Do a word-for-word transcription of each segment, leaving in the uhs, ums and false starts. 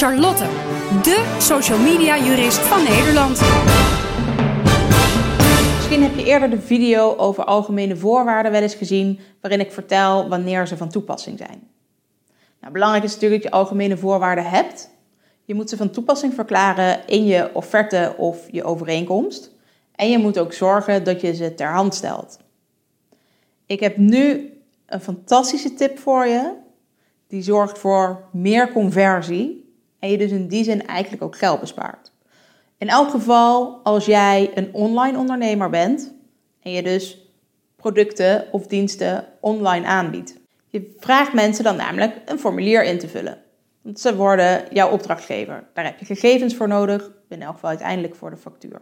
Charlotte, de social media jurist van Nederland. Misschien heb je eerder de video over algemene voorwaarden wel eens gezien, waarin ik vertel wanneer ze van toepassing zijn. Nou, belangrijk is natuurlijk dat je algemene voorwaarden hebt. Je moet ze van toepassing verklaren in je offerte of je overeenkomst. En je moet ook zorgen dat je ze ter hand stelt. Ik heb nu een fantastische tip voor je. Die zorgt voor meer conversie. En je dus in die zin eigenlijk ook geld bespaart. In elk geval als jij een online ondernemer bent. En je dus producten of diensten online aanbiedt. Je vraagt mensen dan namelijk een formulier in te vullen. Want ze worden jouw opdrachtgever. Daar heb je gegevens voor nodig. In elk geval uiteindelijk voor de factuur.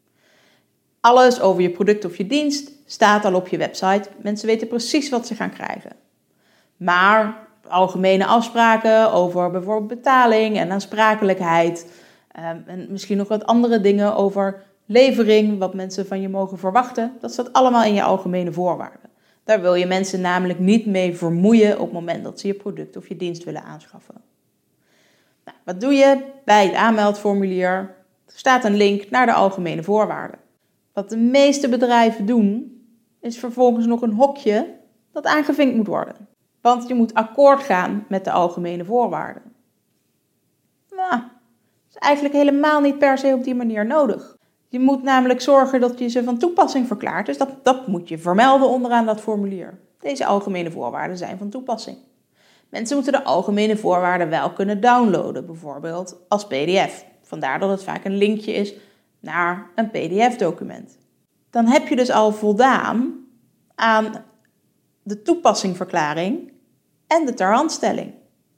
Alles over je product of je dienst staat al op je website. Mensen weten precies wat ze gaan krijgen. Maar algemene afspraken over bijvoorbeeld betaling en aansprakelijkheid. Um, en misschien nog wat andere dingen over levering, wat mensen van je mogen verwachten. Dat staat allemaal in je algemene voorwaarden. Daar wil je mensen namelijk niet mee vermoeien op het moment dat ze je product of je dienst willen aanschaffen. Nou, wat doe je bij het aanmeldformulier? Er staat een link naar de algemene voorwaarden. Wat de meeste bedrijven doen, is vervolgens nog een hokje dat aangevinkt moet worden. Want je moet akkoord gaan met de algemene voorwaarden. Nou, dat is eigenlijk helemaal niet per se op die manier nodig. Je moet namelijk zorgen dat je ze van toepassing verklaart. Dus dat, dat moet je vermelden onderaan dat formulier. Deze algemene voorwaarden zijn van toepassing. Mensen moeten de algemene voorwaarden wel kunnen downloaden, bijvoorbeeld als P D F. Vandaar dat het vaak een linkje is naar een P D F-document. Dan heb je dus al voldaan aan de toepassingverklaring en de terhandstelling.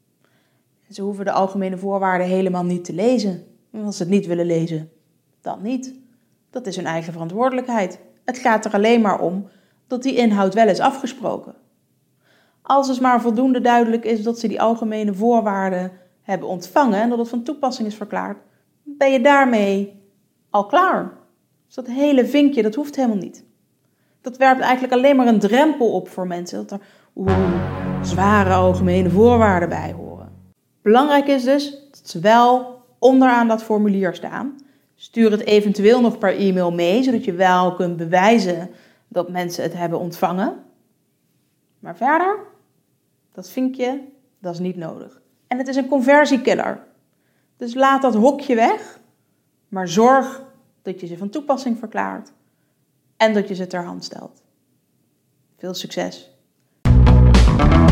Ze hoeven de algemene voorwaarden helemaal niet te lezen. En als ze het niet willen lezen, dan niet. Dat is hun eigen verantwoordelijkheid. Het gaat er alleen maar om dat die inhoud wel is afgesproken. Als het maar voldoende duidelijk is dat ze die algemene voorwaarden hebben ontvangen en dat het van toepassing is verklaard, ben je daarmee al klaar. Dus dat hele vinkje, dat hoeft helemaal niet. Dat werpt eigenlijk alleen maar een drempel op voor mensen, dat er oeh, zware algemene voorwaarden bij horen. Belangrijk is dus dat ze wel onderaan dat formulier staan. Stuur het eventueel nog per e-mail mee, zodat je wel kunt bewijzen dat mensen het hebben ontvangen. Maar verder, dat vinkje, dat is niet nodig. En het is een conversiekiller. Dus laat dat hokje weg, maar zorg dat je ze van toepassing verklaart en dat je ze ter hand stelt. Veel succes!